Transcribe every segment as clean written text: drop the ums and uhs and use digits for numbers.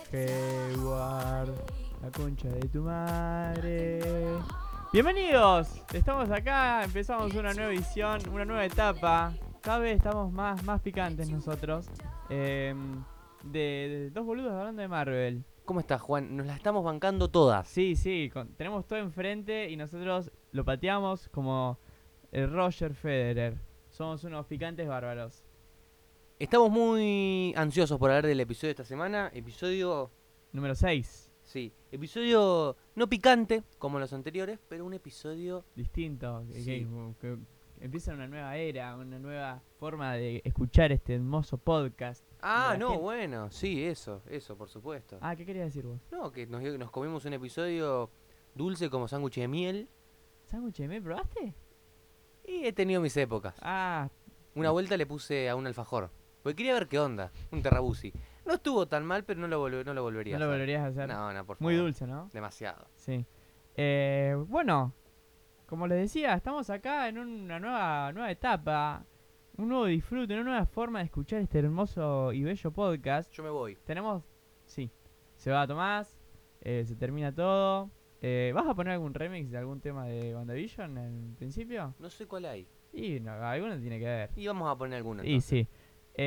Hayward, la concha de tu madre. Bienvenidos, estamos acá, empezamos una nueva edición, una nueva etapa. Cada vez estamos más picantes nosotros. De dos boludos hablando de Marvel. ¿Cómo estás, Juan? Nos la estamos bancando todas. Sí, tenemos todo enfrente y nosotros lo pateamos como el Roger Federer. Somos unos picantes bárbaros. Estamos muy ansiosos por hablar del episodio de esta semana. Número 6. Episodio no picante como los anteriores, pero un episodio... Distinto, Sí. que empieza una nueva era, una nueva forma de escuchar este hermoso podcast. Ah, La no, gente- bueno, sí, eso, por supuesto. Ah, ¿qué querías decir vos? No, que nos comimos un episodio dulce como sándwich de miel ¿Sándwich de miel probaste? y he tenido mis épocas. Ah, Una vuelta le puse a un alfajor, porque quería ver qué onda, un terrabusi. No estuvo tan mal, pero no lo volvería no a lo hacer. volverías a hacer. No, por favor. Muy dulce, ¿no? Demasiado. Sí. Bueno, como les decía, estamos acá en una nueva etapa, un nuevo disfrute, una nueva forma de escuchar este hermoso y bello podcast. Yo me voy. Tenemos, sí, se va Tomás, se termina todo. ¿Vas a poner algún remix de algún tema de WandaVision en el principio? No sé cuál hay. Y no, alguno tiene que ver. Y vamos a poner alguno Y entonces. sí.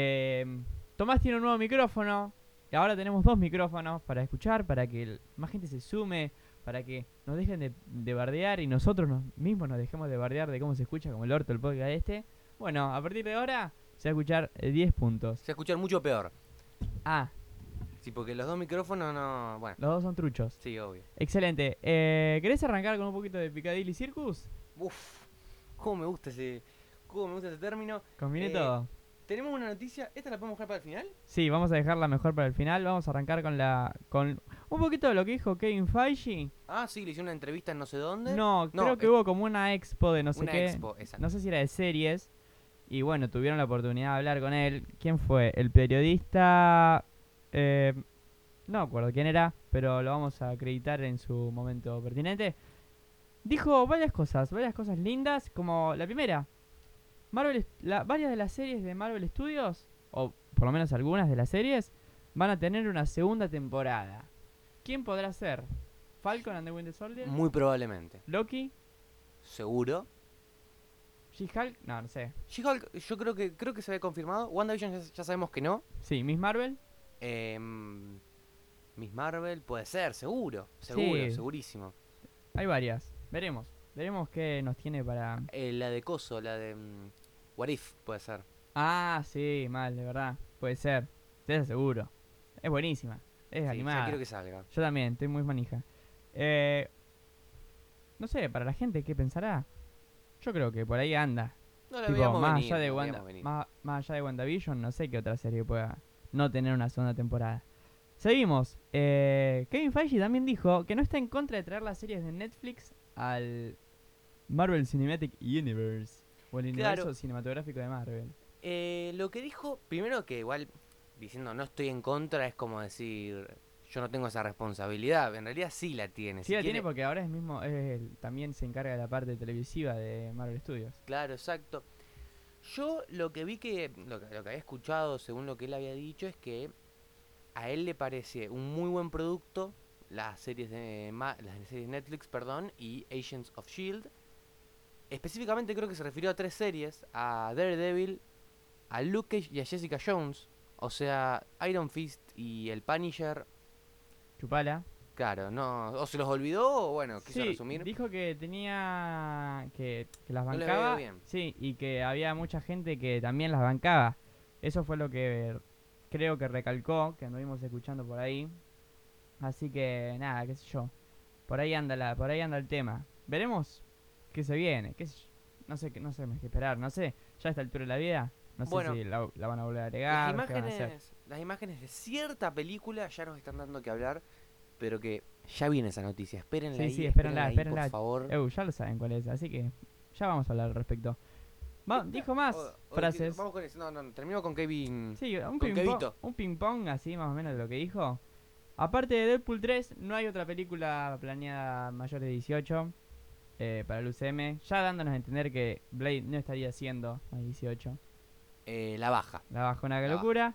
Tomás tiene un nuevo micrófono. Y ahora tenemos dos micrófonos para escuchar, para que más gente se sume, para que nos dejen de bardear y nosotros mismos nos dejemos de bardear de cómo se escucha, como el orto el podcast este. Bueno, a partir de ahora se va a escuchar 10 puntos. Se va a escuchar mucho peor. Ah, Sí, porque los dos micrófonos no... Bueno, los dos son truchos. sí, obvio. Excelente. ¿Querés arrancar con un poquito de Piccadilly Circus? Uf, cómo me gusta ese término. Combiné Eh, todo. Tenemos una noticia, ¿esta la podemos dejar para el final? Sí, vamos a dejarla mejor para el final. Vamos a arrancar con un poquito de lo que dijo Kevin Feige. Ah, sí, le hicieron una entrevista en no sé dónde. No, No, creo que hubo como una expo de no sé una qué. expo, esa. No sé si era de series. Y bueno, tuvieron la oportunidad de hablar con él. ¿Quién fue? El periodista... no me acuerdo quién era, pero lo vamos a acreditar en su momento pertinente. Dijo varias cosas lindas, como la primera. Varias de las series de Marvel Studios, o por lo menos algunas de las series, van a tener una segunda temporada. ¿Quién podrá ser? ¿Falcon and the Winter Soldier? Muy probablemente. ¿Loki? ¿Seguro? ¿She-Hulk? No, no sé. She-Hulk, yo creo que se había confirmado. WandaVision ya sabemos que no. Sí, Miss Marvel. Miss Marvel puede ser, seguro. Sí. Segurísimo. Hay varias. Veremos qué nos tiene para... La de Coso, la de... What If, puede ser. Ah, sí, mal, de verdad. Puede ser. Te seguro. Es buenísima. Es Sí, animada. ya quiero que salga. Yo también, estoy muy manija. No sé, para la gente, ¿qué pensará? Yo creo que por ahí anda. No la Tipo, veíamos más venir, allá de la veíamos venir. más allá de WandaVision, no sé qué otra serie pueda no tener una segunda temporada. Seguimos. Kevin Feige también dijo que no está en contra de traer las series de Netflix al Marvel Cinematic Universe. O el universo Claro. cinematográfico de Marvel. Lo que dijo, primero que igual diciendo no estoy en contra es como decir yo no tengo esa responsabilidad. En realidad sí la tiene. Sí, la tiene porque ahora también se encarga de la parte televisiva de Marvel Studios. Claro, exacto. Yo lo que vi lo que había escuchado según lo que él había dicho es que a él le parece un muy buen producto las series las series Netflix, perdón, y Agents of Shield. Específicamente creo que se refirió a tres series, a Daredevil, a Luke Cage y a Jessica Jones. O sea, Iron Fist y el Punisher. Chupala. Claro, no, o se los olvidó o bueno, quiso Sí, resumir. dijo que tenía que las No les bancaba. veo bien. Sí, y que había mucha gente que también las bancaba. Eso fue lo que creo que recalcó, que anduvimos escuchando por ahí. Así que nada, qué sé yo. Por ahí anda el tema. Veremos qué se viene, qué sé yo. No sé más que esperar, no sé. Ya a esta altura de la vida, no sé Bueno, si la van a volver a Las agregar, qué van a hacer. las imágenes de cierta película ya nos están dando que hablar, pero que ya viene esa noticia. Espérenla Sí, ahí, espérenla. por favor. Ya lo saben cuál es, así que ya vamos a hablar al respecto. Dijo más frases. Vamos con eso. No, termino con Kevin. Sí, Con Kevito. un ping pong así más o menos de lo que dijo. Aparte de Deadpool 3, no hay otra película planeada mayor de 18 para el UCM. Ya dándonos a entender que Blade no estaría siendo más 18. La baja. La bajó una La locura.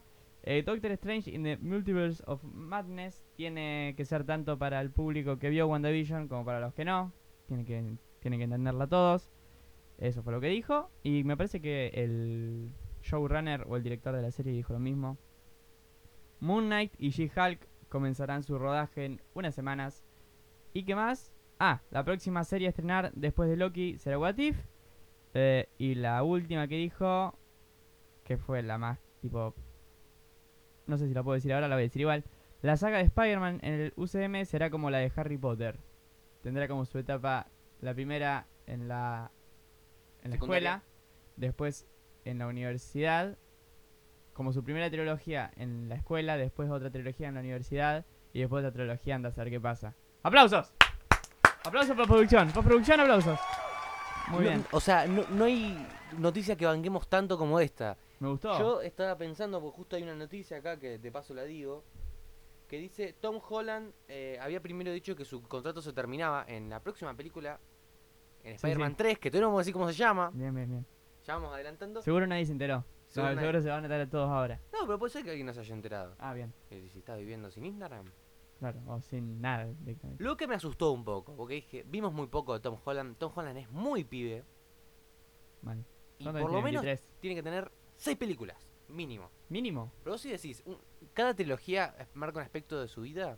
Doctor Strange in the Multiverse of Madness tiene que ser tanto para el público que vio WandaVision como para los que no. Tienen que entenderla todos. Eso fue lo que dijo. Y me parece que el showrunner o el director de la serie dijo lo mismo. Moon Knight y She-Hulk comenzarán su rodaje en unas semanas. ¿Y qué más? La próxima serie a estrenar después de Loki será What If. Y la última que dijo, que fue la más tipo... No sé si la puedo decir ahora, la voy a decir igual. La saga de Spider-Man en el UCM será como la de Harry Potter. Tendrá como su etapa la primera en la escuela, después en la universidad, como su primera trilogía en la escuela, después otra trilogía en la universidad y después otra trilogía anda a ver qué pasa. ¡Aplausos! ¡Aplausos por producción! Por producción, aplausos. Muy bien. O sea, no hay noticia que banquemos tanto como esta. Me gustó. Yo estaba pensando, porque justo hay una noticia acá que de paso la digo, que dice Tom Holland había primero dicho que su contrato se terminaba en la próxima película, en Spider-Man 3, que todavía no vamos a decir cómo se llama. Bien. Ya vamos adelantando. Seguro nadie se enteró. Seguro se van a enterar todos ahora. No, pero puede ser que alguien no se haya enterado. Bien. Si está viviendo sin Instagram. Claro, o sin nada directamente. Lo que me asustó un poco, porque dije, vimos muy poco de Tom Holland. Tom Holland es muy pibe. Vale. Y por lo menos tiene que tener 6 películas, mínimo. ¿Mínimo? Pero vos sí decís, cada trilogía marca un aspecto de su vida.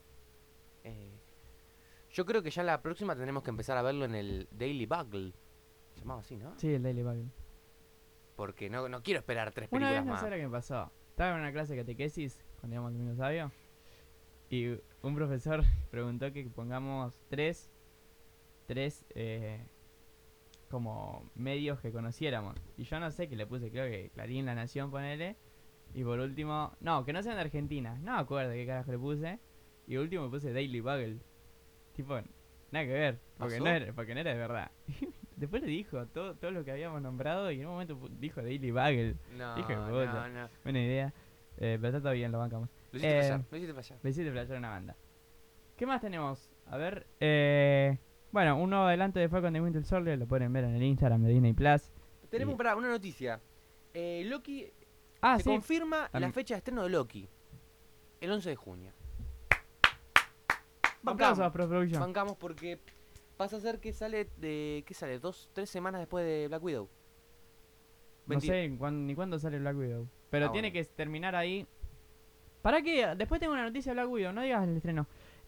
Yo creo que ya en la próxima tendremos que empezar a verlo en el Daily Bugle. Se llamaba así, ¿no? Sí, el Daily Bugle. Porque no quiero esperar 3 Una películas vez no más. sé lo que me pasó. Estaba en una clase de catequesis cuando íbamos al domingo sabio. Y un profesor preguntó que pongamos tres como medios que conociéramos. Y yo no sé qué le puse, creo que Clarín, La Nación, ponele. Y por último, no, que no sean de Argentina. No me acuerdo qué carajo le puse. Y por último puse Daily Bugle. Tipo, nada que ver, porque no era de verdad. Después le dijo todo lo que habíamos nombrado y en un momento dijo Daily Bugle. No. Buena idea. Pero está todo bien, lo bancamos. Lo hiciste fallar. Lo hiciste fallar una banda. ¿Qué más tenemos? A ver, bueno, un nuevo adelanto de Falcon de Winter Soldier, lo pueden ver en el Instagram de Disney Plus. Tenemos una noticia. Loki se sí, confirma la fecha de estreno de Loki. El 11 de junio. Aplausos, Pro-Production. Bancamos porque pasa a ser que sale de... ¿Qué sale? 2-3 semanas después de Black Widow. No sé ni cuándo sale Black Widow. Pero tiene que terminar ahí. ¿Para qué? Después tengo una noticia de Black Widow, no digas el estreno.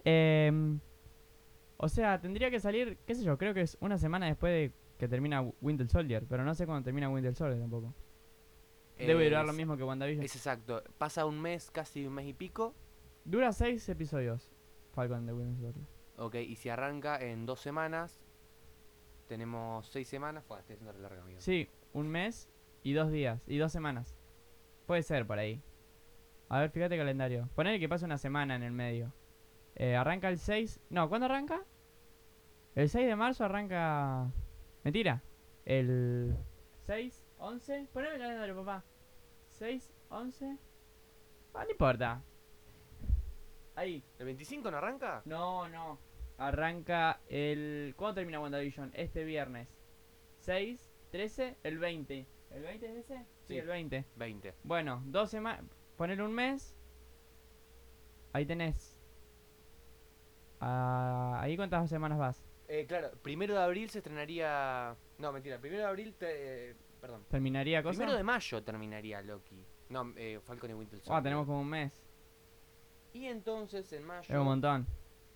O sea, tendría que salir, qué sé yo, creo que es una semana después de que termina Winter Soldier. Pero no sé cuándo termina Winter Soldier tampoco. Debe durar lo mismo que WandaVision. Es exacto. Pasa un mes, casi un mes y pico. Dura 6 episodios Falcon de Winter Soldier. Ok, y si arranca en 2 semanas, tenemos 6 semanas. Estoy haciendo re larga, amigo. Sí, un mes y 2 días. Y 2 semanas. Puede ser por ahí. A ver, fíjate el calendario. Ponele que pasa una semana en el medio. Arranca el 6. No, ¿cuándo arranca? El 6 de marzo arranca... Mentira. El 6, 11. Ponele el calendario, papá. 6, 11. No importa. Ahí. ¿El 25 no arranca? No. Arranca el... ¿Cuándo termina WandaVision? Este viernes. 6, 13, el 20. ¿El 20 es ese? Sí, el 20. 20. Bueno, 2 semanas. Ponele un mes. Ahí tenés. Ahí cuántas semanas vas. Claro, 1 de abril se estrenaría... No, mentira, 1 de abril... Perdón. ¿Terminaría cosa? 1 de mayo terminaría Loki. No, Falcon y Winter Soldier. Tenemos como un mes. Y entonces en mayo... Es un montón.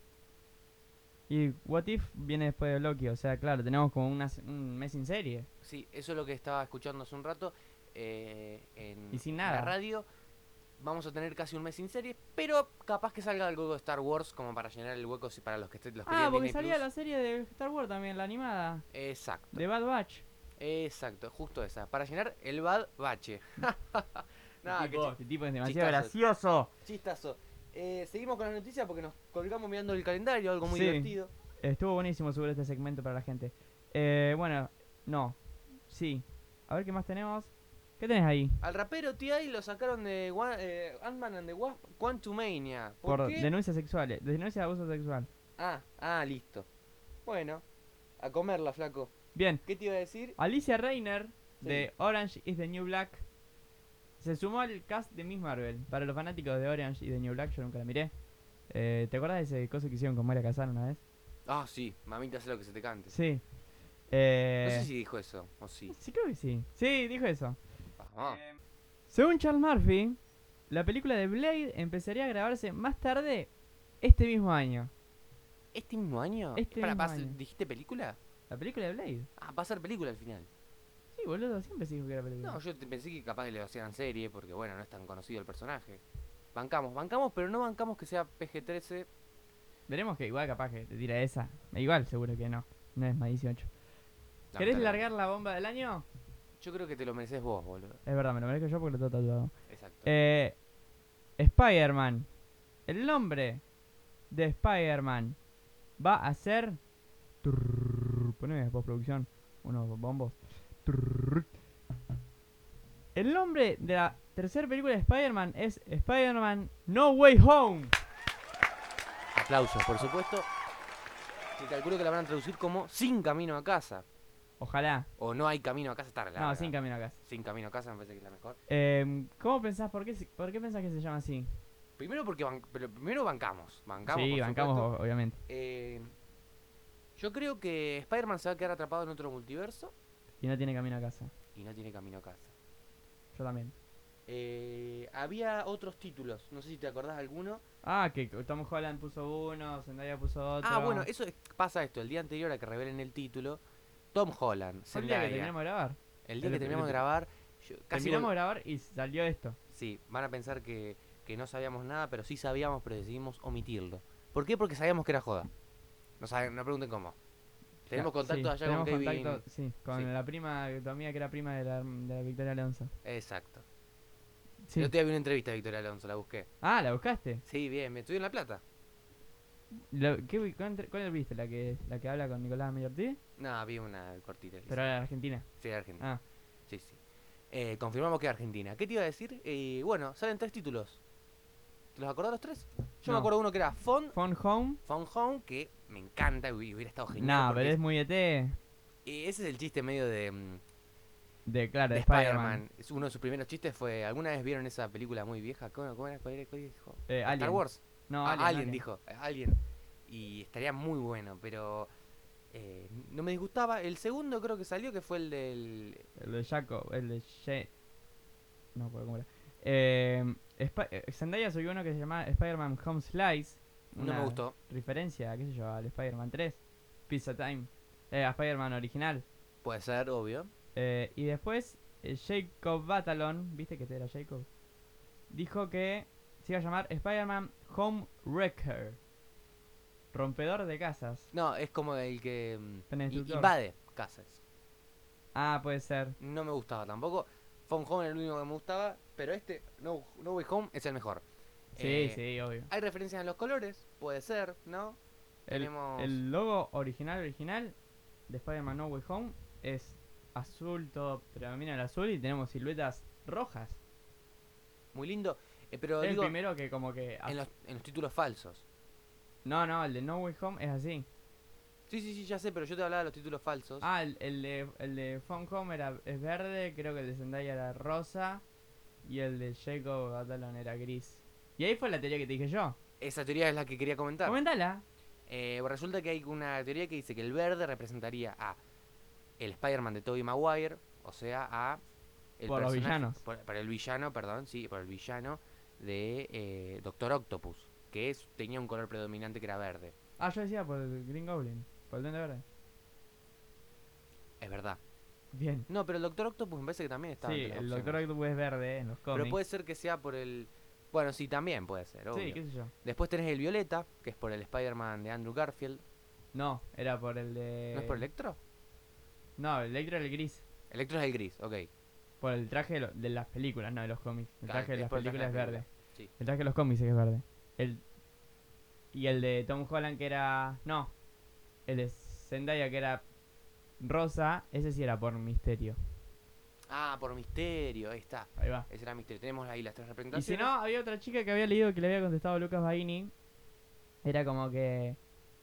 Y What If viene después de Loki, o sea, claro, tenemos como un mes sin serie. Sí, eso es lo que estaba escuchando hace un rato y sin nada. la radio. Vamos a tener casi un mes sin serie, pero capaz que salga algo de Star Wars como para llenar el hueco para los que los querían porque Disney salía Plus. la serie de Star Wars también, la animada. Exacto. De Bad Batch. Exacto, justo esa. Para llenar el Bad Bache. Este tipo es demasiado gracioso. Chistazo. Seguimos con las noticias porque nos colgamos mirando el calendario, algo muy divertido. Estuvo buenísimo subir este segmento para la gente. Bueno, no. Sí. A ver qué más tenemos. ¿Qué tenés ahí? Al rapero T.I. lo sacaron de Ant-Man and the Wasp Quantumania. Por denuncias sexuales. Denuncias de abuso sexual. Listo. Bueno, a comerla, flaco. Bien. ¿Qué te iba a decir? Alicia Reiner de Orange is the New Black Se sumó al cast de Miss Marvel. Para los fanáticos de Orange y de New Black, yo nunca la miré. ¿Te acuerdas de ese coso que hicieron con Moira Kazan una vez? Ah, sí, mamita, hace lo que se te cante. Sí. No sé Eh, si dijo eso, o sí. sí, creo que sí. Sí, dijo eso. Vamos. Según Charles Murphy, la película de Blade empezaría a grabarse más tarde este mismo año. ¿Este mismo año? Este mismo año. ¿Dijiste película? ¿La película de Blade? Ah, va a ser película al final. Sí, boludo, siempre se dijo que era película. No, pensé que capaz que le hacían serie, porque bueno, no es tan conocido el personaje. Bancamos, pero no bancamos que sea PG-13. Veremos que igual capaz que te tira esa. Igual seguro que no. No es más 18. ¿Querés Lamentablemente. largar la bomba del año? Yo creo que te lo mereces vos, boludo. Es verdad, me lo merezco yo porque lo tengo tatuado. Exacto. Spider-Man. El nombre de Spider-Man va a ser... Poneme postproducción unos bombos. El nombre de la tercera película de Spider-Man es Spider-Man No Way Home. Aplausos, por supuesto. Que calculo que la van a traducir como Sin Camino a Casa. Ojalá. O No hay camino a casa, está larga. No, sin camino a casa. Sin Camino a Casa me parece que es la mejor. ¿Cómo pensás? ¿Por qué pensás que se llama así? Primero porque pero primero bancamos. Bancamos, Sí, por bancamos, supuesto. obviamente. Yo creo que Spider-Man se va a quedar atrapado en otro multiverso Y no tiene camino a casa. y no tiene camino a casa. Yo también. Había otros títulos, no sé si te acordás de alguno. Ah, que Tom Holland puso uno, Zendaya puso otro. Ah, bueno, pasa esto, el día anterior a que revelen el título, Tom Holland, Fue el día que Zendaya. terminamos de grabar. El día que terminamos de grabar, Terminamos de grabar y salió esto. Sí, van a pensar que no sabíamos nada, pero sí sabíamos, pero decidimos omitirlo. ¿Por qué? Porque sabíamos que era joda. No saben, no pregunten cómo. Tenemos contactos allá con tenemos Kevin. contacto, sí, con Sí. la prima, tu amiga que era prima de la Victoria Alonso. Exacto. Sí. Yo te vi una entrevista a Victoria Alonso, la busqué. Ah, ¿la buscaste? Sí, bien, me estuve en La Plata. ¿Cuál viste? ¿La que habla con Nicolás Mayortí? No, vi una cortita. Pero era de Argentina. Sí, Argentina. Ah, Sí, sí. Confirmamos que Argentina. ¿Qué te iba a decir? Bueno, salen 3 títulos. ¿Te los acordás los 3? Yo No. me acuerdo uno que era Phone Home. Phone Home, que me encanta, hubiera estado genial. No, porque pero es muy ET. ese es el chiste medio de Claro, de de Spider-Man. Spider-Man. Uno de sus primeros chistes fue, ¿alguna vez vieron esa película muy vieja? ¿Cómo era? ¿Cuál dijo? Star Alien. Wars. No, Alien dijo, Alien. Y estaría muy bueno, pero no me disgustaba. El segundo creo que salió, que fue el del... El de Jacob, el de no me acuerdo cómo era. Zendaya subió uno que se llama Spider-Man Home Slice. No me gustó. Referencia, qué sé yo, al Spider-Man 3. Pizza Time. A Spider-Man original. Puede ser, obvio. Y después, Jacob Batalon, ¿viste que este era Jacob? Dijo que se iba a llamar Spider-Man Home Wrecker. Rompedor de casas. No, es como el que Penestructor. invade casas. Ah, puede ser. No me gustaba tampoco. Phone Home era el único que me gustaba, pero este, No Way Home, es el mejor. Sí, sí, obvio. Hay referencias en los colores, puede ser, ¿no? Tenemos... El logo original de Spider-Man No Way Home es azul, todo predomina el azul y tenemos siluetas rojas. Muy lindo, pero Es digo, el primero que como que... en los títulos falsos. No, el de No Way Home es así. Sí, ya sé, pero yo te hablaba de los títulos falsos. Ah, el de Phone Home es verde, creo que el de Zendaya era rosa y el de Jacob Batalon era gris. Y ahí fue la teoría que te dije yo. Esa teoría es la que quería comentar. Coméntala. Resulta que hay una teoría que dice que el verde representaría a el Spider-Man de Tobey Maguire, o sea, a Por los villanos. Por el villano, perdón, sí, por el villano de Doctor Octopus, que tenía un color predominante que era verde. Ah, yo decía por el Green Goblin, por el Duende Verde. Es verdad. Bien. No, pero el Doctor Octopus me parece que también estaba Sí, entre las el opciones. Doctor Octopus es verde en los cómics. Pero puede ser que sea por el... Bueno, sí, también puede ser, obvio. Sí, qué sé yo. Después tenés el violeta, que es por el Spider-Man de Andrew Garfield. No, era por el de... ¿No es por Electro? No, el Electro era el gris. Electro es el gris, ok. Por el traje de las películas, no de los cómics. El Claro, traje de es las por el traje películas es de las verde. Sí. El traje de los cómics es verde. Y el de Tom Holland que era... No. El de Zendaya que era rosa, ese sí era por misterio. Ah, por Misterio, ahí está. Ahí va. Ese era Misterio. Tenemos ahí las 3 Y representaciones. si no, había otra chica que había leído que le había contestado a Lucas Baini. Era como que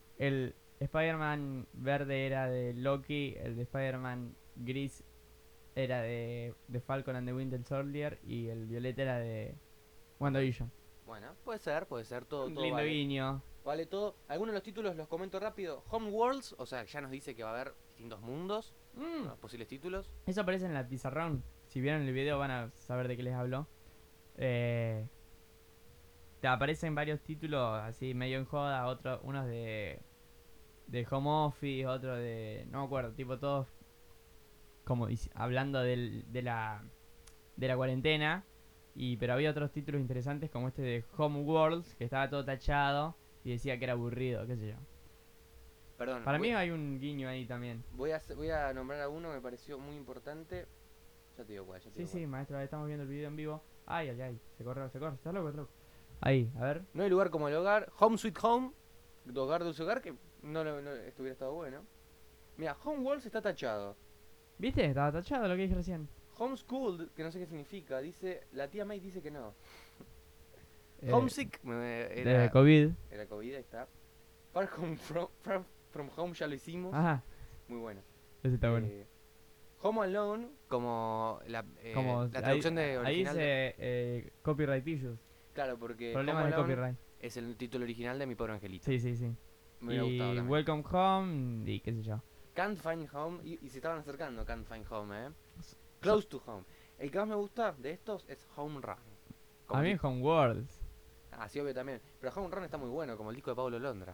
el Spider-Man verde era de Loki, el de Spider-Man gris era de Falcon and the Winter Soldier y el violeta era de WandaVision. Bueno, puede ser, todo, Un todo lindo vale. guiño. Vale todo. Algunos de los títulos los comento rápido. Homeworlds, o sea, ya nos dice que va a haber distintos mundos, Mm, los posibles títulos. Eso aparece en la pizarrón. Si vieron el video van a saber de qué les hablo. Eh, Te aparecen varios títulos así medio en joda, otros, unos de home office, otros de... no me acuerdo, tipo todos como hablando de la cuarentena. Pero había otros títulos interesantes como este de Homeworlds, que estaba todo tachado y decía que era aburrido, qué sé yo. Perdón, Para mí hay un guiño ahí también. voy a nombrar a uno que me pareció muy importante. Ya te digo cuál, ya te Sí, digo cuál. sí, maestro, estamos viendo el video en vivo. Ay, ay, ay, se corre, está loco, está loco. Ahí, a ver. No hay lugar como el hogar. Home Sweet Home, hogar dulce hogar, que no estuviera estado bueno. Mira, Homeworlds está tachado. ¿Viste? Estaba tachado lo que dije recién. Homeschooled, que no sé qué significa, dice, la tía May dice que no. Eh, Homesick de COVID. era COVID, ahí está. Far from Home ya lo hicimos. Ajá, Muy bueno. ese está bueno. Home Alone, como Como la traducción de ahí original. dice copyright issues. Claro, porque Problemas Home de Alone copyright. es el título original de Mi Pobre Angelito. Sí, sí, sí. Me hubiera gustado Y también. Welcome Home y qué sé yo. Can't Find Home, y se estaban acercando Can't Find Home, Close to Home. El que más me gusta de estos es Home Run. A mí es Homeworlds. Ah, sí, obvio también. Pero Home Run está muy bueno, como el disco de Pablo Londra.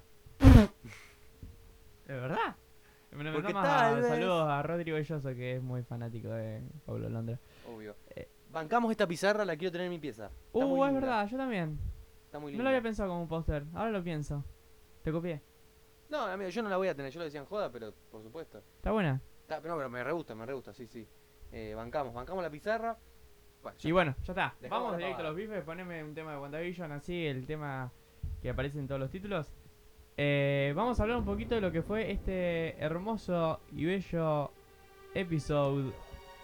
¿Es verdad? Bueno, Porque más tal vez- saludos a Rodrigo Belloso, que es muy fanático de Pablo Londra. Obvio. Eh. Bancamos esta pizarra, la quiero tener en mi pieza. Está muy Es linda. verdad, yo también. Está muy No linda. lo había pensado como un póster, ahora lo pienso. Te copié. No, amigo, yo no la voy a tener, yo lo decía en joda, pero por supuesto. Está buena. No, pero me re gusta, sí, sí. Bancamos la pizarra. Bueno, ya Y bueno, ya está. Dejamos Vamos la directo a pavada. los bifes. Poneme un tema de WandaVision, así, el tema que aparece en todos los títulos. Vamos a hablar un poquito de lo que fue este hermoso y bello episode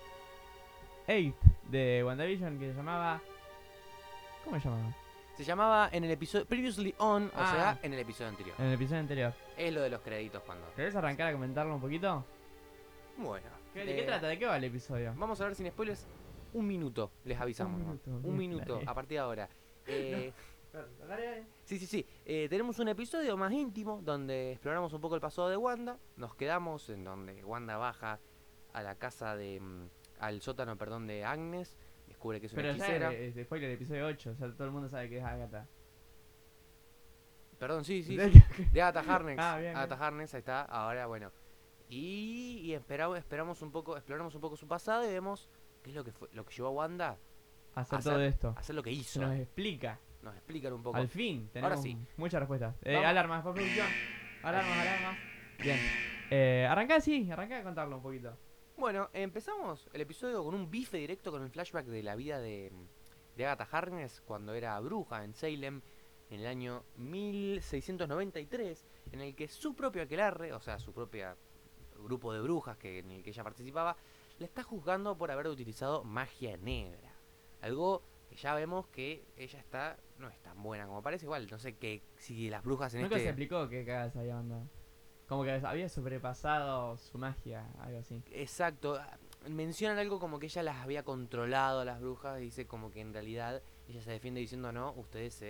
8 de WandaVision que se llamaba... ¿Cómo se llamaba? Se llamaba en el episodio Previously On, o Ah. sea, en el episodio anterior. En el episodio anterior. Es lo de los créditos cuando. ¿Querés arrancar a comentarlo un poquito? Bueno. ¿De qué trata? ¿De qué va el episodio? Vamos a ver sin spoilers. Un minuto, les avisamos. minuto, Un minuto, dale. a partir de ahora. Dale. Sí. Tenemos un episodio más íntimo donde exploramos un poco el pasado de Wanda. Nos quedamos en donde Wanda baja a la casa de. Al sótano, perdón, de Agnes. Descubre que es una Pero ya hechicera. es spoiler el episodio 8, o sea, todo el mundo sabe que es Agatha. Perdón, sí. ¿De De Agatha Harkness. Ah, bien, Agatha Harkness, ahí está. Ahora, bueno. Y exploramos un poco su pasado y vemos qué es lo que llevó a Wanda hacer hacer- todo esto? a hacer lo que Se hizo. nos explica. Nos explican un poco. Al fin, tenemos sí. muchas respuestas. Vamos. Alarmas, por producción. Alarmas. Bien. Arrancá a contarlo un poquito. Bueno, empezamos el episodio con un bife directo con el flashback de la vida de Agatha Harkness cuando era bruja en Salem en el año 1693, en el que su propio aquelarre, o sea, su propio grupo de brujas en el que ella participaba, la está juzgando por haber utilizado magia negra. Algo que ya vemos que ella no es tan buena como parece. Igual, no sé si las brujas en Nunca se este... explicó qué cagadas había mandado. Como que había sobrepasado su magia, algo así. Exacto, mencionan algo como que ella las había controlado a las brujas, dice como que en realidad ella se defiende diciendo no, ustedes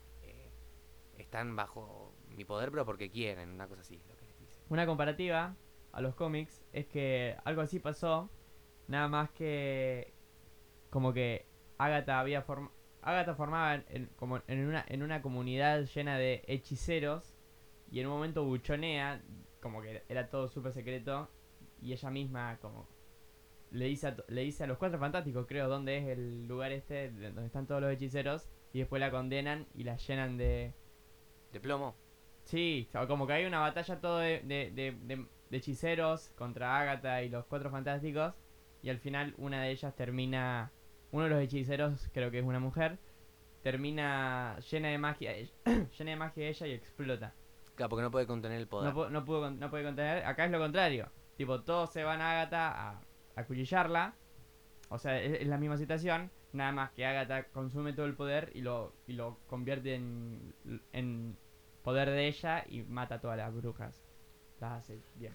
están bajo mi poder pero porque quieren, una cosa así es lo que les dice. Una comparativa a los cómics es que algo así pasó, nada más que como que Agatha formaba como en una comunidad llena de hechiceros y en un momento buchonea, como que era todo súper secreto y ella misma como le dice a los Cuatro Fantásticos, creo, dónde es el lugar donde están todos los hechiceros y después la condenan y la llenan de... ¿De plomo? Sí, o como que hay una batalla todo de hechiceros contra Agatha y los Cuatro Fantásticos y al final una de ellas termina... Uno de los hechiceros, creo que es una mujer, termina llena de magia llena de magia ella y explota. Claro, porque no puede contener el poder. No puede contener. Acá es lo contrario. Tipo, todos se van a Agatha a acuchillarla. O sea, es la misma situación. Nada más que Agatha consume todo el poder y lo convierte en poder de ella y mata a todas las brujas. Las hace viejas.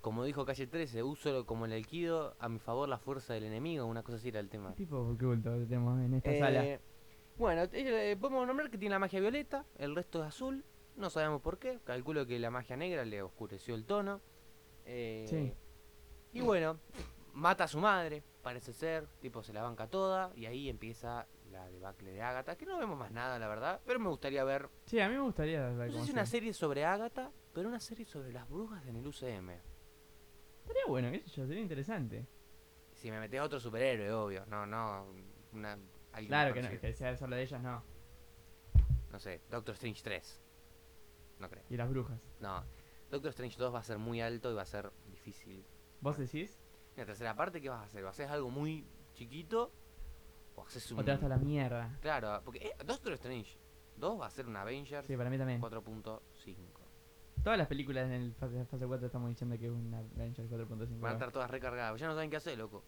como dijo Calle 13, uso como el Aikido a mi favor la fuerza del enemigo, una cosa así era el tema. ¿Qué tipo de culto que tenemos en esta sala? Bueno, podemos nombrar que tiene la magia violeta, el resto es azul, no sabemos por qué, calculo que la magia negra le oscureció el tono. Sí. Y bueno, mata a su madre, parece ser, tipo se la banca toda, y ahí empieza la debacle de Agatha, que no vemos más nada, la verdad, pero me gustaría ver, Sí, a mí me gustaría ver no sé cómo si sigue. una serie sobre Agatha, pero una serie sobre las brujas en el UCM. Estaría bueno, qué sé yo, sería interesante. Si me metes a otro superhéroe, obvio, no, una, alguien Claro que, no, desconocido. que sea solo de ellas, no. No sé, Doctor Strange 3, no creo. Y las brujas. No, Doctor Strange 2 va a ser muy alto y va a ser difícil. ¿Vos decís? En la tercera parte, ¿qué vas a hacer? ¿Vas a hacer algo muy chiquito? ¿O haces O te vas a un...? la mierda. Claro, porque Doctor Strange 2 va a ser un Avengers Sí, para mí también. 4.5. Todas las películas en el fase 4 estamos diciendo que es una Avengers 4.5. Van a estar todas recargadas. Ya no saben qué hacer, loco.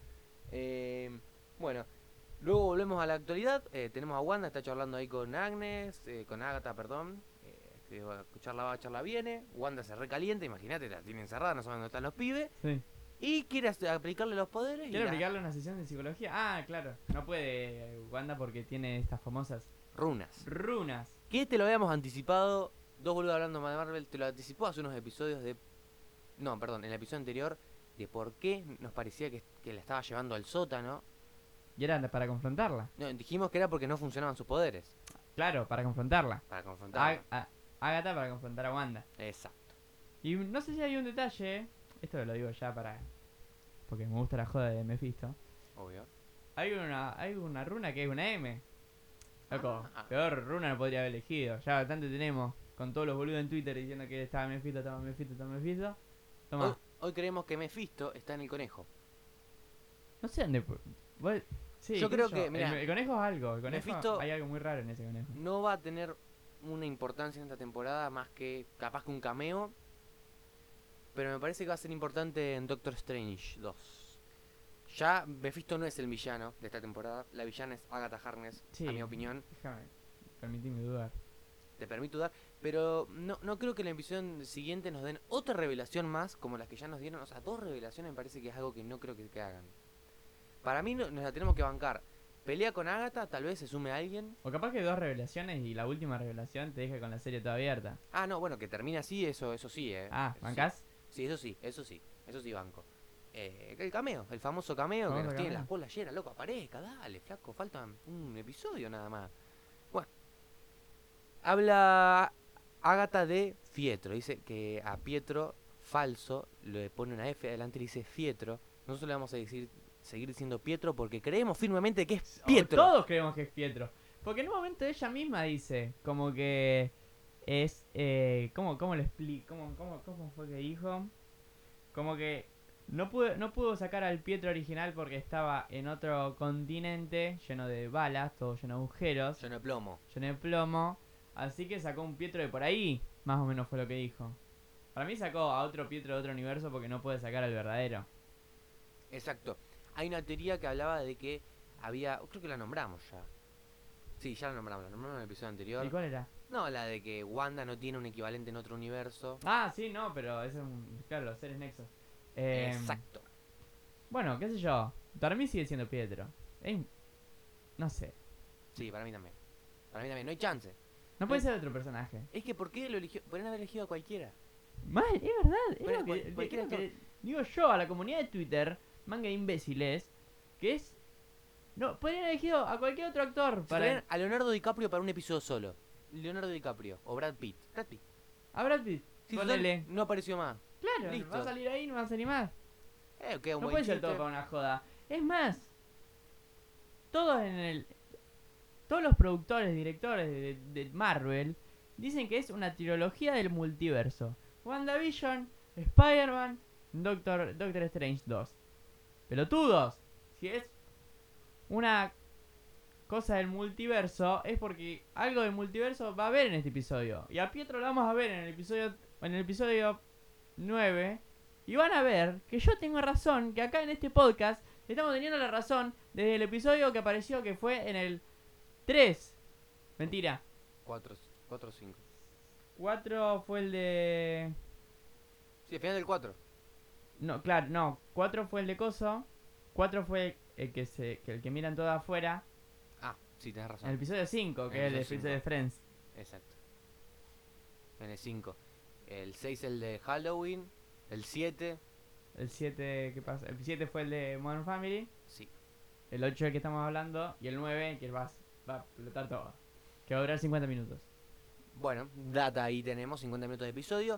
Bueno, luego volvemos a la actualidad. Tenemos a Wanda, está charlando ahí con Agnes, con Agatha, perdón. Que charla va, charla viene. Wanda se recalienta, imagínate, la tiene encerrada, no saben dónde están los pibes. Sí. Y quiere aplicarle los poderes. ¿Quiere aplicarle una sesión de psicología? Ah, claro. No puede Wanda porque tiene estas famosas Runas. runas. Que te lo habíamos anticipado. Dos boludos hablando más de Marvel. Te lo anticipó hace unos episodios de. No, perdón, en el episodio anterior. De por qué nos parecía que la estaba llevando al sótano. Y era para confrontarla. No, dijimos que era porque no funcionaban sus poderes. Claro, para confrontarla. Para confrontarla. Agatha para confrontar a Wanda. Exacto. Y no sé si hay un detalle. Esto lo digo ya para. Porque me gusta la joda de Mephisto. Obvio. Hay una runa que es una M. Loco, Ah. peor runa no podría haber elegido. Ya bastante tenemos con todos los boludos en Twitter diciendo que estaba Mephisto, estaba Mephisto, estaba Mephisto. Toma. Hoy creemos que Mephisto está en el conejo. No sé dónde. Sí, Yo qué creo sé que, mirá, el conejo es algo. El conejo, Mephisto hay algo muy raro en ese conejo. no va a tener una importancia en esta temporada más que capaz que un cameo. Pero me parece que va a ser importante en Doctor Strange 2. Ya Mephisto no es el villano de esta temporada. La villana es Agatha Harkness, Sí. a mi opinión. Déjame, permitime dudar. Te permito dudar. Pero no creo que en la episodio siguiente nos den otra revelación más como las que ya nos dieron. O sea, dos revelaciones me parece que es algo que no creo que hagan. Para mí nos la tenemos que bancar. Pelea con Agatha, tal vez se sume alguien. O capaz que dos revelaciones y la última revelación te deja con la serie toda abierta. Ah, no, bueno, que termine así, eso sí, Ah, Eso ¿bancás? Sí, eso sí, banco. El cameo, el famoso cameo que Famoso nos tiene cameo. las bolas llenas, loco, aparezca, dale, flaco, falta un episodio nada más. Bueno, habla Agatha de Fietro, dice que a Pietro falso le pone una F adelante y dice Fietro. Nosotros le vamos a decir, seguir diciendo Pietro porque creemos firmemente que es Pietro. Todos creemos que es Pietro. Porque en un momento ella misma dice, como que es. ¿Cómo lo explico? ¿Cómo fue que dijo? Como que no pudo sacar al Pietro original porque estaba en otro continente lleno de balas, todo lleno de agujeros, Lleno de plomo. lleno de plomo. Así que sacó un Pietro de por ahí, más o menos fue lo que dijo. Para mí sacó a otro Pietro de otro universo porque no puede sacar al verdadero. Exacto. Hay una teoría que hablaba de que había, creo que la nombramos ya. Sí, ya la nombramos en el episodio anterior. ¿Y cuál era? No, la de que Wanda no tiene un equivalente en otro universo. Ah, sí, no, pero eso es claro, los seres nexos. Exacto. Bueno, qué sé yo. Para mí sigue siendo Pietro. No sé. Sí, para mí también. Para mí también, no hay chance. No puede ser otro personaje. Es que ¿por qué lo eligió? Podrían haber elegido a cualquiera. Mal, es verdad. Es Pero lo que, cualquiera creo que digo yo a la comunidad de Twitter, manga de imbéciles, que es. No, podrían haber elegido a cualquier otro actor Si para. traían a Leonardo DiCaprio para un episodio solo. Leonardo DiCaprio o Brad Pitt. Brad Pitt. A Brad Pitt. Sí, Ponele. total, no apareció más. Claro, listo. va a salir ahí y no va a salir más. Queda un No buen puede ser chiste. todo para una joda. Es más, todos todos los productores, directores de Marvel dicen que es una trilogía del multiverso. WandaVision, Spider-Man, Doctor Strange 2. Pelotudos. Si es una cosa del multiverso, es porque algo del multiverso va a haber en este episodio. Y a Pietro lo vamos a ver en el episodio 9. Y van a ver que yo tengo razón, que acá en este podcast estamos teniendo la razón desde el episodio que apareció, que fue en el 3. Mentira. 4 o 5. 4 fue el de... Sí, al final del 4. No, claro, no. 4 fue el de Coso. 4 fue el que miran todo afuera. Ah, sí, tenés En el razón. episodio 5, En el que es el de episodio Freezer de 5. Friends. Exacto. En el 5. El 6 el de Halloween. El 7. El 7, ¿qué pasa? El 7 fue el de Modern Family. Sí. El 8 el que estamos hablando. Y el 9 que va a explotar todo. Que va a durar 50 minutos. Bueno, data ahí tenemos, 50 minutos de episodio.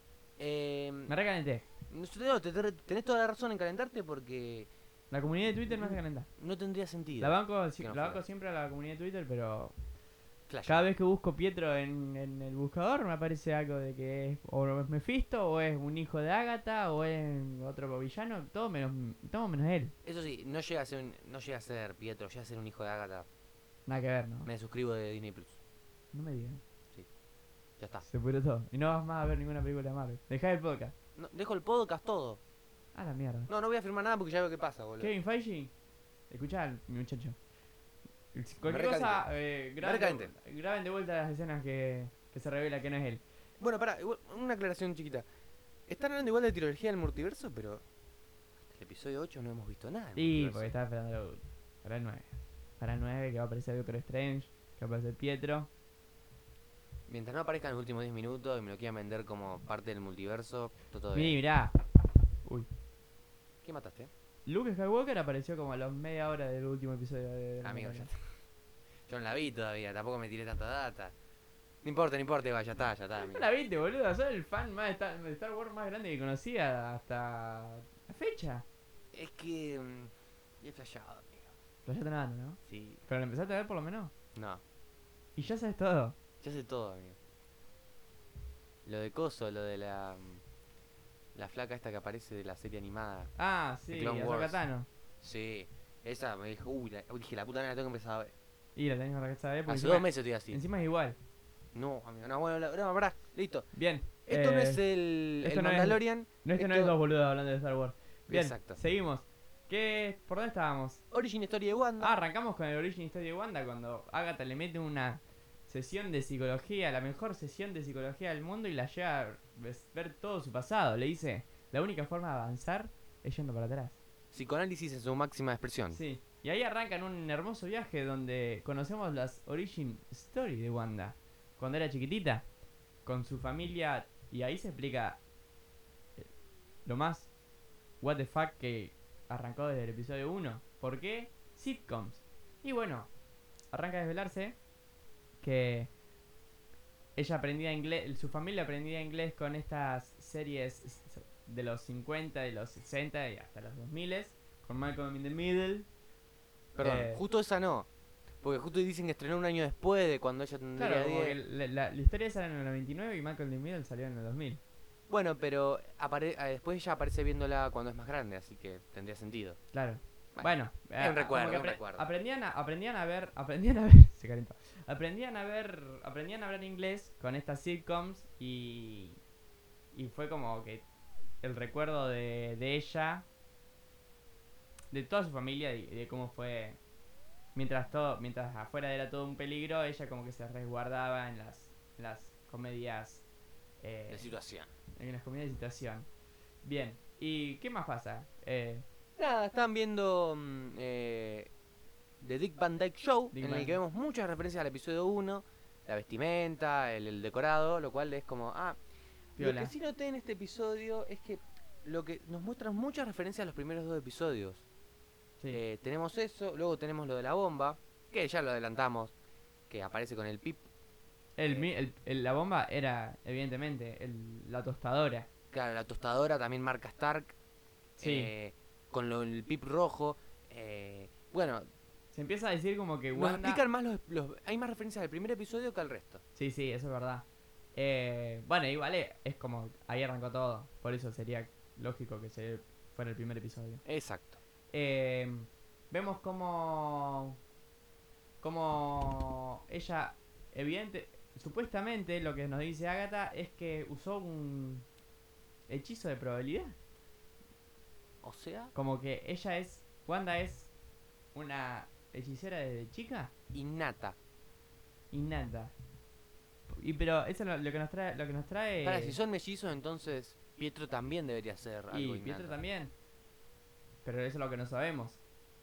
Me recalenté. Tenés toda la razón en calentarte porque La comunidad de Twitter me hace calentar. no tendría sentido. La no banco fuera. siempre a la comunidad de Twitter, pero Flash. cada vez que busco Pietro en el buscador me aparece algo de que es o es Mephisto, o es un hijo de Agatha, o es otro villano, todo menos él. Eso sí, no llega a ser Pietro, llega a ser un hijo de Agatha. Nada que ver, ¿no? Me suscribo de Disney Plus. No me digan. Ya está. Se pudrió todo. Y no vas más a ver ninguna película de Marvel. Dejá el podcast. No, dejo el podcast todo. A la mierda. No voy a firmar nada porque ya veo qué pasa, boludo. Kevin Feige, escuchá, mi muchacho. Cualquier recalenté. cosa, recalenté. graben de vuelta las escenas que se revela que no es él. Bueno, pará, una aclaración chiquita. Están hablando igual de trilogía del multiverso, pero hasta el episodio 8 no hemos visto nada del Y multiverso. porque estaba esperando para el 9. Para el 9 que va a aparecer Doctor Strange, que va a aparecer Pietro. Mientras no aparezcan los últimos 10 minutos y me lo quieran vender como parte del multiverso, todo Mirá, bien. mirá. Uy. ¿Qué mataste? Luke Skywalker apareció como a los media hora del último episodio de Amigo, Mandalorian. yo no la vi todavía, tampoco me tiré tanta data. No importa, igual, ya está, amigo. No la viste, boludo. Soy el fan más de Star Wars más grande que conocía hasta la fecha. Es que... he flashado, amigo. Pero ya te nada, ¿no? Sí. Pero lo empezaste a ver por lo menos. No, Y ya sabes todo. ya sé todo, amigo. Lo de Coso, lo de la flaca esta que aparece de la serie animada. Ah, The sí, Clone Ahsoka Wars. Tano. Sí, esa me dijo, dije, la puta madre la tengo que empezar a ver. Y la tenés que saber porque Hace encima, 2 meses estoy así. encima es igual. No, amigo, no, bueno, no, pará, listo. Bien. Esto no es el esto no es- Mandalorian. No, no es esto- dos boludos hablando de Star Wars. Bien, Exacto. seguimos. ¿Por dónde estábamos? Origin Story de Wanda. Ah, arrancamos con el Origin Story de Wanda cuando Agatha le mete una sesión de psicología, la mejor sesión de psicología del mundo, y la lleva a ver todo su pasado. Le dice, la única forma de avanzar es yendo para atrás. Psicoanálisis en su máxima expresión. Sí. Y ahí arrancan un hermoso viaje donde conocemos las Origin Story de Wanda. Cuando era chiquitita, con su familia, y ahí se explica lo más what the fuck que arrancó desde el episodio 1. ¿Por qué? Sitcoms. Y bueno, arranca a desvelarse que ella aprendía inglés, su familia aprendía inglés con estas series de los 50, de los 60 y hasta los 2000, con Malcolm in the Middle. Perdón, justo esa no. Porque justo dicen que estrenó un año después de cuando ella tendría Claro, como 10. que la historia sale en el 99 y Malcolm in the Middle salió en el 2000. Bueno, pero después ella aparece viéndola cuando es más grande, así que tendría sentido. Claro. Bueno, Bueno, un recuerdo, como que un recuerdo. aprendían a ver, se calentó. Aprendían a ver inglés con estas sitcoms y fue como que el recuerdo de ella, de toda su familia y de cómo fue mientras afuera era todo un peligro, ella como que se resguardaba en las comedias La situación. en las comedias de situación. Bien, ¿y qué más pasa? Nada, están viendo The Dick Van Dyke Show, Dick en Van- el que vemos muchas referencias al episodio 1, la vestimenta, el decorado, lo cual es como, Piola. lo que sí noté en este episodio es que lo que nos muestran muchas referencias a los primeros 2 episodios. Sí. Tenemos eso, luego tenemos lo de la bomba, que ya lo adelantamos, que aparece con el Pip. La bomba era, evidentemente, la tostadora. Claro, la tostadora también marca Stark, Sí. con el Pip rojo. Bueno, Se empieza a decir como que nos Wanda... explican más hay más referencias al primer episodio que al resto. Sí, sí, eso es verdad. Bueno, igual es como... Ahí arrancó todo. Por eso sería lógico que se fuera el primer episodio. Exacto. Vemos como ella, supuestamente lo que nos dice Agatha es que usó un hechizo de probabilidad. O sea, Como que Wanda es una hechicera desde chica, innata. innata. Pero eso es lo que nos trae. Para, si son mellizos, entonces Pietro también debería ser algo Y innato. Pietro también. Pero eso es lo que no sabemos.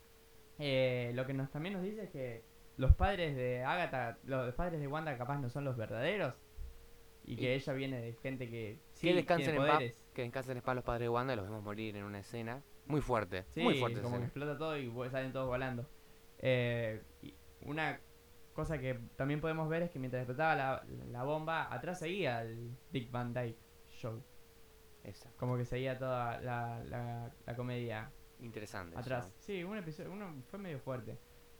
Lo que también nos dice es que los padres de Agatha, los padres de Wanda capaz no son los verdaderos. Y que Y ella viene de gente que que sí tiene descansen en paz, poderes. que descansen en paz los padres de Wanda, los vemos morir en una escena muy fuerte Sí, esa como que escena. explota todo y salen todos volando. Y una cosa que también podemos ver es que mientras explotaba la bomba, atrás seguía el Dick Van Dyke Show. Exacto. Como que seguía toda la comedia Interesante atrás. eso. Sí, un episodio, uno fue medio fuerte.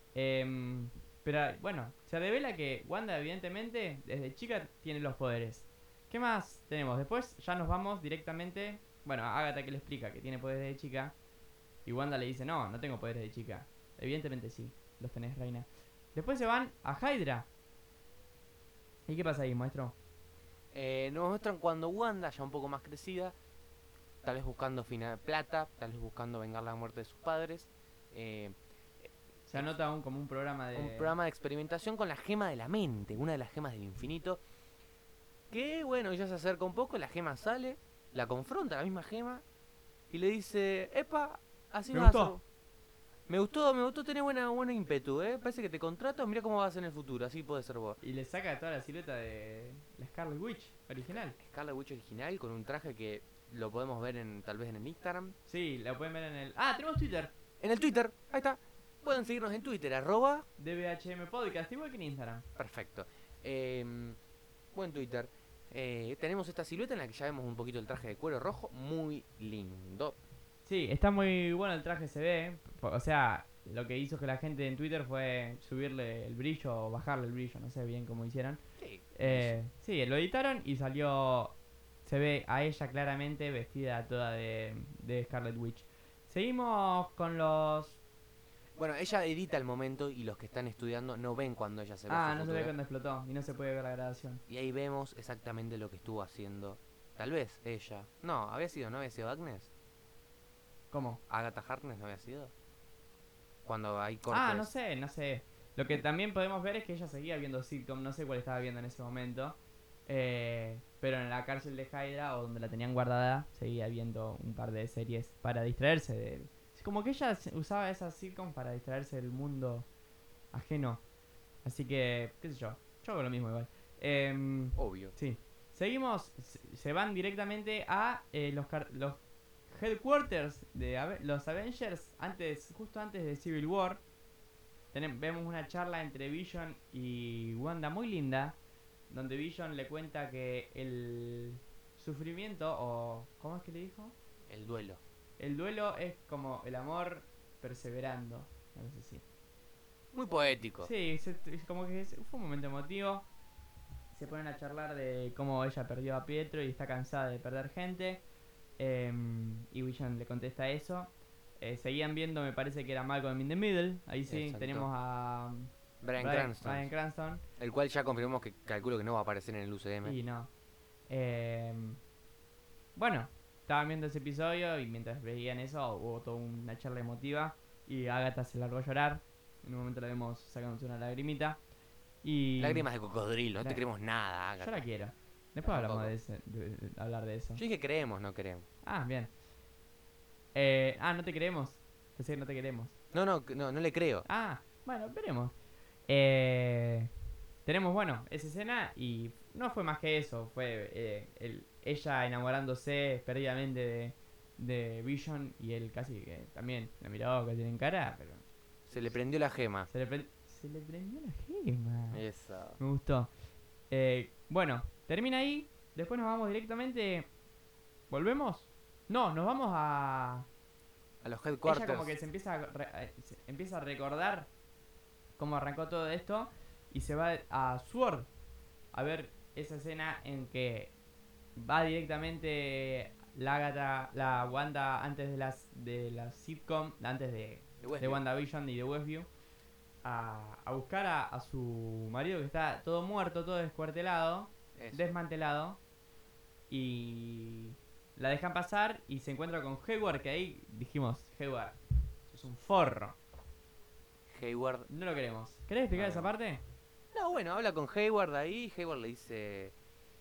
Pero bueno, se revela que Wanda evidentemente desde chica tiene los poderes. ¿Qué más tenemos? Después ya nos vamos directamente. Bueno, a Agatha que le explica que tiene poderes de chica. Y Wanda le dice, no, no tengo poderes de chica. Evidentemente sí, los tenés, reina. Después se van a Hydra. ¿Y qué pasa ahí, maestro? Nos muestran cuando Wanda, ya un poco más crecida, tal vez buscando plata, tal vez buscando vengar la muerte de sus padres, eh, Se anota aún como un programa de... un programa de experimentación con la gema de la mente, una de las gemas del infinito, que bueno, ella se acerca un poco, la gema sale, la confronta, la misma gema, y le dice, epa, así Me vas a gustó. hacer... me gustó tener buena ímpetu, parece que te contrato, mira cómo vas en el futuro, así puede ser vos. Y le saca toda la silueta de la Scarlet Witch original. Scarlet Witch original con un traje que lo podemos ver tal vez en el Instagram. Sí, la pueden ver en el... Ah, tenemos Twitter. En el Twitter, ahí está. Pueden seguirnos en Twitter, @ DBHM Podcast, igual que en Instagram. Perfecto. Buen Twitter. Tenemos esta silueta en la que ya vemos un poquito el traje de cuero rojo. Muy lindo. Sí, está muy bueno el traje, se ve. O sea, lo que hizo que la gente en Twitter fue subirle el brillo o bajarle el brillo, no sé bien cómo hicieron. Sí. Sí, lo editaron y salió... Se ve a ella claramente vestida toda de Scarlet Witch. Seguimos con los... Bueno, ella edita el momento y los que están estudiando no ven cuando ella se ve Ah, su no se ve futuro. cuando explotó y no se puede ver la grabación. Y ahí vemos exactamente lo que estuvo haciendo. Tal vez ella. No, no había sido Agnes. ¿Cómo? Agatha Harkness no había sido. Cuando hay cortes. Ah, no sé. Lo que también podemos ver es que ella seguía viendo sitcom, no sé cuál estaba viendo en ese momento. Pero en la cárcel de Hydra, o donde la tenían guardada, seguía viendo un par de series para distraerse de él. Como que ella usaba esas sitcoms para distraerse del mundo ajeno. Así que, qué sé yo. Yo hago lo mismo igual. Obvio. Sí. Seguimos, se van directamente a los headquarters de los Avengers, justo antes de Civil War. Vemos una charla entre Vision y Wanda muy linda, donde Vision le cuenta que el sufrimiento, o ¿cómo es que le dijo? El duelo. El duelo es como el amor perseverando, no sé si. Muy poético. Sí, como que fue un momento emotivo. Se ponen a charlar de cómo ella perdió a Pietro y está cansada de perder gente. Y Vision le contesta eso. Seguían viendo, me parece que era Malcolm in the Middle. Ahí sí, Exacto. tenemos a Bryan Cranston. El cual ya confirmamos que calculo que no va a aparecer en el UCM. Y no. Bueno, estaban viendo ese episodio y mientras veían eso hubo toda una charla emotiva. Y Agatha se largó a llorar. En un momento la vemos sacándose una lagrimita. Y Lágrimas de cocodrilo, no te creemos nada, yo Agatha. la quiero. Después hablamos Tampoco. de hablar de eso. Yo dije creemos, no creemos. Ah, bien. No te queremos. Pensé que no te queremos. No le creo. Ah, bueno, veremos. Tenemos, bueno, esa escena y no fue más que eso. Fue ella enamorándose perdidamente de Vision y él casi que también la miró casi en cara, pero Se le prendió la gema. se le prendió la gema. Eso. Me gustó. Bueno, termina ahí. Después nos vamos directamente. ¿Volvemos? No, nos vamos a... A los Ella headquarters. como que se empieza a recordar cómo arrancó todo esto y se va a Sword a ver esa escena en que va directamente la Wanda antes de las sitcom, antes de WandaVision y de Westview, a buscar a su marido que está todo muerto, todo descuartelado, Eso. desmantelado, y la dejan pasar y se encuentra con Hayward, que ahí dijimos, Hayward, es un forro, Hayward. no lo queremos. ¿Querés explicar No. esa parte? No, bueno, habla con Hayward ahí. Hayward le dice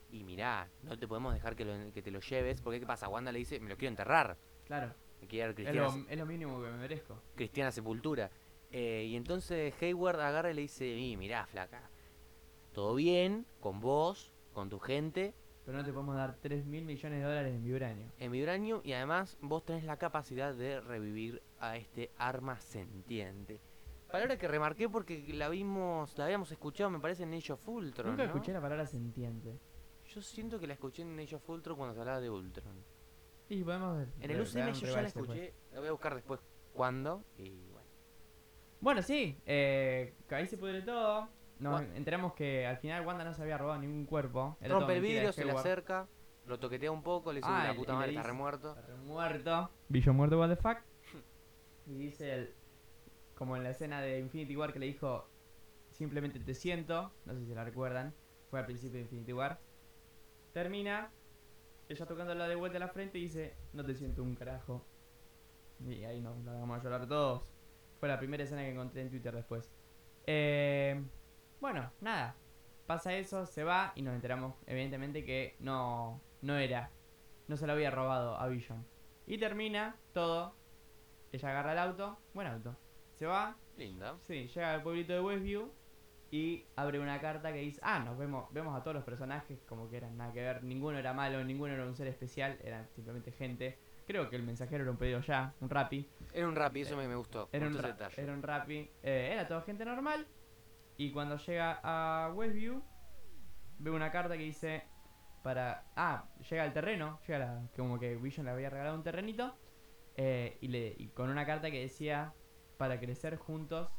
y mirá, no te podemos dejar que te lo lleves, porque ¿qué pasa? Wanda le dice, me lo quiero enterrar, Claro. me quiero dar Es lo mínimo que me merezco. cristiana sepultura. Y entonces Hayward agarra y le dice, y mirá, flaca, todo bien, con vos, con tu gente, Pero no te podemos dar 3.000 millones de dólares en vibranio. en Vibranio, y además vos tenés la capacidad de revivir a este arma sentiente. Palabra que remarqué porque la habíamos escuchado, me parece, en Age of Nunca Ultron, ¿no? escuché la palabra sentiente. Yo siento que la escuché en Age of Ultron cuando se hablaba de Ultron. Y podemos En el UCM pegar un yo ya la rewatch después. escuché, la voy a buscar después cuándo, y bueno. Bueno, sí, ahí se pudre todo. Nos Gua- enteramos que al final Wanda no se había robado ningún cuerpo. Era todo Rompe el mentira de vidrio, se le Hayward. acerca, lo toquetea un poco, le dice, Ah, la y puta le madre, está dice, remuerto. está muerto. Billo muerto, what the fuck. Y dice, como en la escena de Infinity War que le dijo, simplemente te siento. No sé si la recuerdan. Fue al principio de Infinity War. Termina, ella tocándola de vuelta a la frente y dice, no te siento un carajo. Y ahí nos vamos a llorar todos. Fue la primera escena que encontré en Twitter después. Eh, bueno, nada. Pasa eso, se va y nos enteramos, evidentemente, que no era. No se lo había robado a Vision. Y termina todo. Ella agarra el auto. Buen auto. Se va. Linda. Sí, llega al pueblito de Westview. Y abre una carta que dice: Ah, vemos a todos los personajes como que eran nada que ver. Ninguno era malo, ninguno era un ser especial. Eran simplemente gente. Creo que el mensajero era un pedido ya, un rapi. Era un rap y eso me gustó. Era Me un, gustó ese detalle. era un rapi. Era toda gente normal. Y cuando llega a Westview, ve una carta que dice llega al terreno. Como que Vision le había regalado un terrenito. Y con una carta que decía: Para crecer juntos.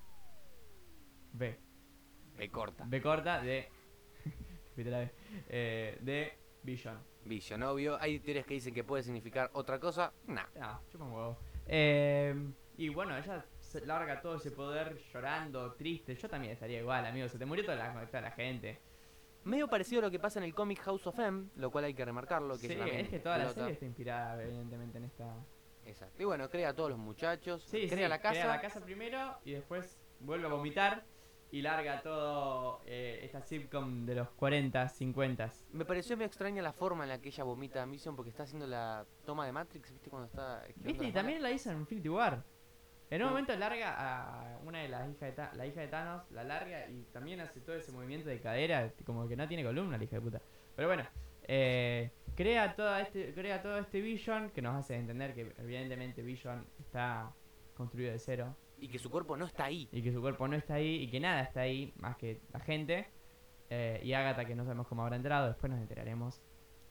B. Me corta. B corta de. Repite la B. De Vision. Vision, obvio. Hay teorías que dicen que puede significar otra cosa. Nah. Chupa un huevo. Y bueno, ella se larga todo ese poder llorando, triste. Yo también estaría igual, amigo. Se te murió toda la gente. Medio parecido a lo que pasa en el cómic House of M, lo cual hay que remarcarlo. Que Sí, es, también es que toda la pelota. serie está inspirada, evidentemente, en esta. Exacto. Y bueno, crea a todos los muchachos. Sí, Crea la casa. Crea la casa primero y después vuelve a vomitar y larga todo esta sitcom de los 40, 50. Me pareció medio extraña la forma en la que ella vomita a Mission porque está haciendo la toma de Matrix, ¿viste? Cuando está esquivando ¿Viste? Y las también balas. la hizo en Infinity War. En un Mm. momento larga a una de las hijas la hija de Thanos, la larga y también hace todo ese movimiento de cadera, como que no tiene columna la hija de puta. Pero bueno, crea todo este Vision que nos hace entender que evidentemente Vision está construido de cero Y que su cuerpo no está ahí. y que su cuerpo no está ahí y que nada está ahí más que la gente. Y Agatha, que no sabemos cómo habrá entrado, después nos enteraremos.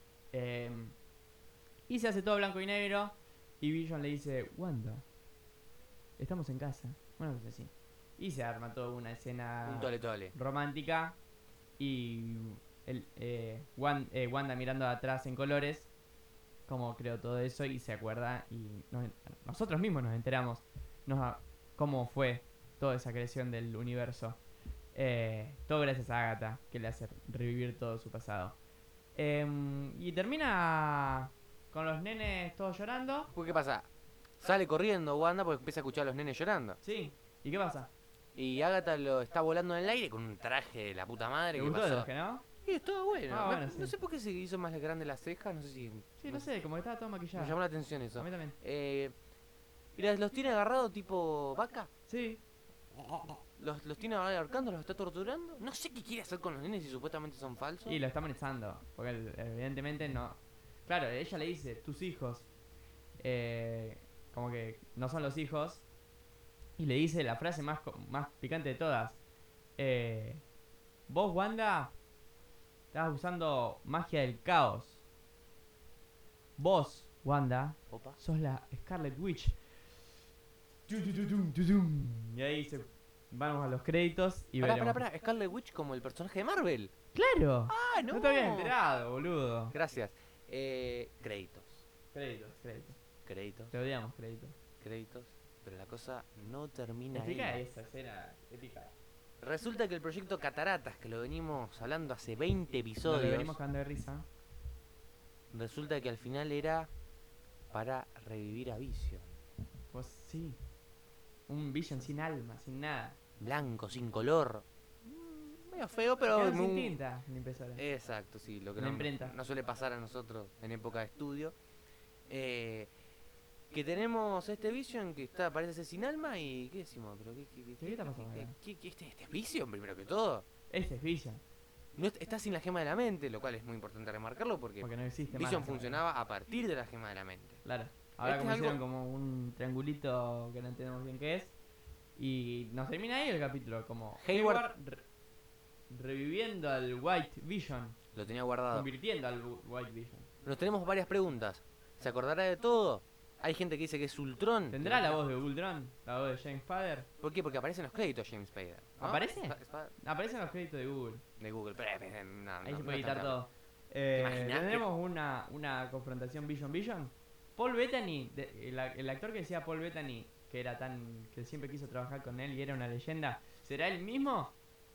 Y se hace todo blanco y negro y Vision le dice: Wanda, estamos en casa. Bueno, pues así. Y se arma toda una escena Un tole tole. romántica. Y Wanda mirando atrás en colores. Cómo creó todo eso y se acuerda. Y nosotros mismos nos enteramos cómo fue toda esa creación del universo. Todo gracias a Agatha, que le hace revivir todo su pasado. Y termina con los nenes todos llorando. Porque, ¿qué pasa? Sale corriendo Wanda porque empieza a escuchar a los nenes llorando. Sí. ¿Y qué pasa? Y Agatha lo está volando en el aire con un traje de la puta madre. ¿Te ¿Qué gustó el pasó? traje, no? Y estuvo bueno. Ah, bueno, No sí. sé por qué se hizo más grande las cejas, no sé si... Sí, no sé, como que estaba todo Me maquillado. llamó la atención eso. A mí también. Y los tiene agarrados tipo vaca. Sí. Los tiene ahorcando, los está torturando. No sé qué quiere hacer con los nenes si supuestamente son falsos. Y lo está monetizando. Porque evidentemente no. Claro, ella le dice: Tus hijos. Como que no son los hijos. Y le dice la frase más picante de todas. Vos, Wanda, estás usando magia del caos. Vos, Wanda, Opa. sos la Scarlet Witch. Y ahí vamos a los créditos y veremos. Pará. Scarlet Witch como el personaje de Marvel. ¡Claro! ¡Ah, no! No te habías enterado, boludo. Gracias. Créditos. Créditos. Te odiamos, créditos. Pero la cosa no termina Explica ahí. esa escena épica. Resulta que el proyecto Cataratas, que lo venimos hablando hace 20 Nos episodios, lo venimos cagando de risa. resulta que al final era para revivir a Vision. Pues sí. Un Vision sin alma, sin nada. Blanco, sin color. medio feo, pero Quedó sin muy... tinta la impresora. Exacto, sí, lo que La no, imprenta. no suele pasar a nosotros en época de estudio. Que tenemos este Vision que está, parece ser sin alma y ¿qué decimos? ¿Pero ¿Qué está pasando acá? este es Vision primero que todo? Ese es Vision, No está sin la gema de la mente, lo cual es muy importante remarcarlo porque porque no existe más. Vision la cámara. funcionaba a partir de la gema de la mente. Claro. Ahora Este como es algo- hicieron como un triangulito que no entendemos bien qué es. Y nos termina ahí el capítulo, como Hayward- reviviendo al White Vision, Lo tenía guardado. convirtiendo al White Vision. Nos tenemos varias preguntas. ¿Se acordará de todo? Hay gente que dice que es Ultron. ¿Tendrá la voz de Ultron? ¿La voz de James Spader? ¿Por qué? Porque aparecen los créditos James Spader. ¿no? ¿Aparece? Spader Aparecen los créditos de Google. de Google, pero no, Ahí no, se no puede es tan editar terrible. todo. imaginás que- Tendremos una confrontación Vision. Paul Bettany, el actor que decía Paul Bettany, que era que siempre quiso trabajar con él y era una leyenda, ¿será el mismo?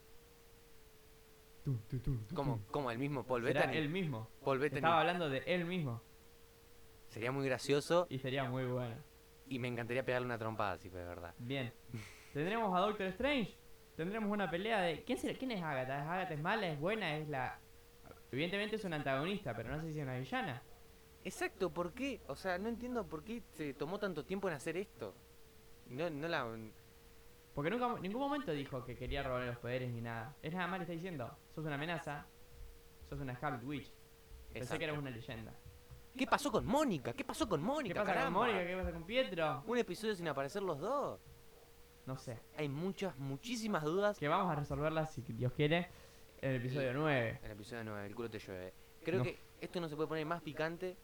¿Cómo el mismo Paul ¿Será Bettany? el mismo? Paul Bettany Estaba hablando de él mismo sería muy gracioso y sería muy bueno. y me encantaría pegarle una trompada si fue de verdad. Bien. Tendremos a Doctor Strange. Tendremos una pelea de... ¿Quién es Agatha? ¿Agatha es mala? ¿Es buena? ¿Es la...? Evidentemente es una antagonista, pero no sé si es una villana. Exacto, ¿por qué? O sea, no entiendo por qué se tomó tanto tiempo en hacer esto. No la... Porque nunca, en ningún momento dijo que quería robarle los poderes ni nada. Es nada más le está diciendo, sos una amenaza, sos una Scarlet Witch. Pensé Exacto. que eras una leyenda. ¿Qué pasó con Mónica? ¿Qué pasó con Mónica? ¿Qué pasa caramba? con Mónica? ¿Qué pasa con Pietro? Un episodio sin aparecer los dos. No sé. Hay muchísimas dudas. Que vamos a resolverlas, si Dios quiere, en el episodio 9. El episodio 9, el culo te llueve. Creo No. que esto no se puede poner más picante.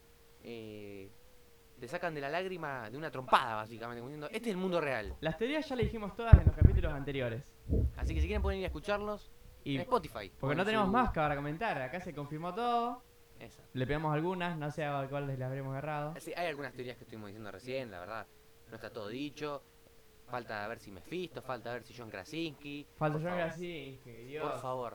Te sacan de la lágrima de una trompada, básicamente. Como diciendo, este es el mundo real. Las teorías ya las dijimos todas en los capítulos anteriores. Así que si quieren pueden ir a escucharlos Y en Spotify. porque o no en tenemos su- más que para comentar. Acá se confirmó todo. Esa. Le pegamos algunas, no sé a cuáles le habremos agarrado. Sí, hay algunas teorías que estuvimos diciendo recién, la verdad. No está todo dicho. Falta ver si Mephisto, falta ver si John Krasinski. Falta por John favor. Krasinski, Dios. Por favor.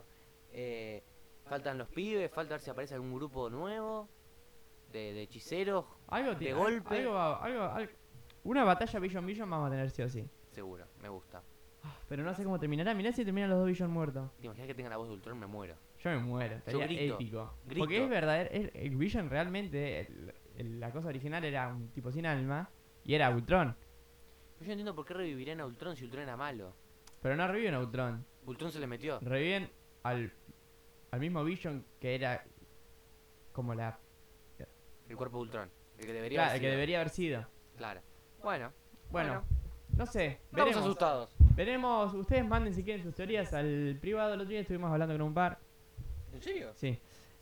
Faltan los pibes, falta ver si aparece algún grupo nuevo de hechiceros, Algo de tiene, golpe. algo. Una batalla Vision vamos a tener sí o sí. seguro, me gusta. Pero no sé cómo terminará. Mirá si terminan los dos Vision muertos. ¿Te imaginas que tenga la voz de Ultron? Me muero. Yo me muero, estaría grito, épico. grito. Porque es verdadero, el Vision realmente, la cosa original era un tipo sin alma y era Ultron. Yo no entiendo por qué revivirían a Ultron si Ultron era malo. Pero no reviven a Ultron, Ultron se le metió. reviven al mismo Vision que era como El cuerpo de Ultron. El que debería claro, haber el que sido. debería haber sido. Claro. Bueno. Bueno, no sé, Estamos veremos. asustados. Veremos, ustedes manden si quieren sus teorías al privado. El otro día estuvimos hablando con un par. ¿En serio? Sí.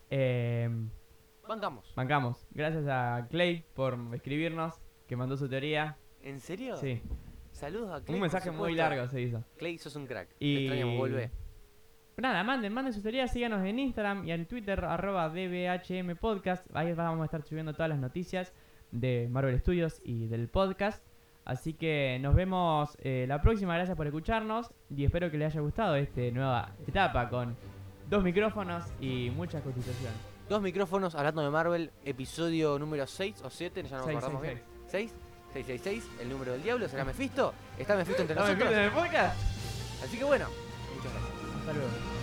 Bancamos. Bancamos. Gracias a Clay por escribirnos, que mandó su teoría. ¿En serio? Sí. Saludos a Clay. Un por mensaje muy supuesto. largo se hizo. Clay, sos un crack. Te Y extrañamos, vuelve. nada, manden sus teorías, síganos en Instagram y en Twitter, @dbhmpodcast. Ahí vamos a estar subiendo todas las noticias de Marvel Studios y del podcast. Así que nos vemos la próxima, gracias por escucharnos y espero que les haya gustado esta nueva etapa con 2 micrófonos y mucha cotización. 2 micrófonos hablando de Marvel, episodio número 6 o 7, ya no nos acordamos bien. 6, 666, el número del diablo, ¿será Mephisto? Está Mephisto entre ¿No me nosotros. pierden el podcast? Así que bueno, muchas gracias. Hasta luego.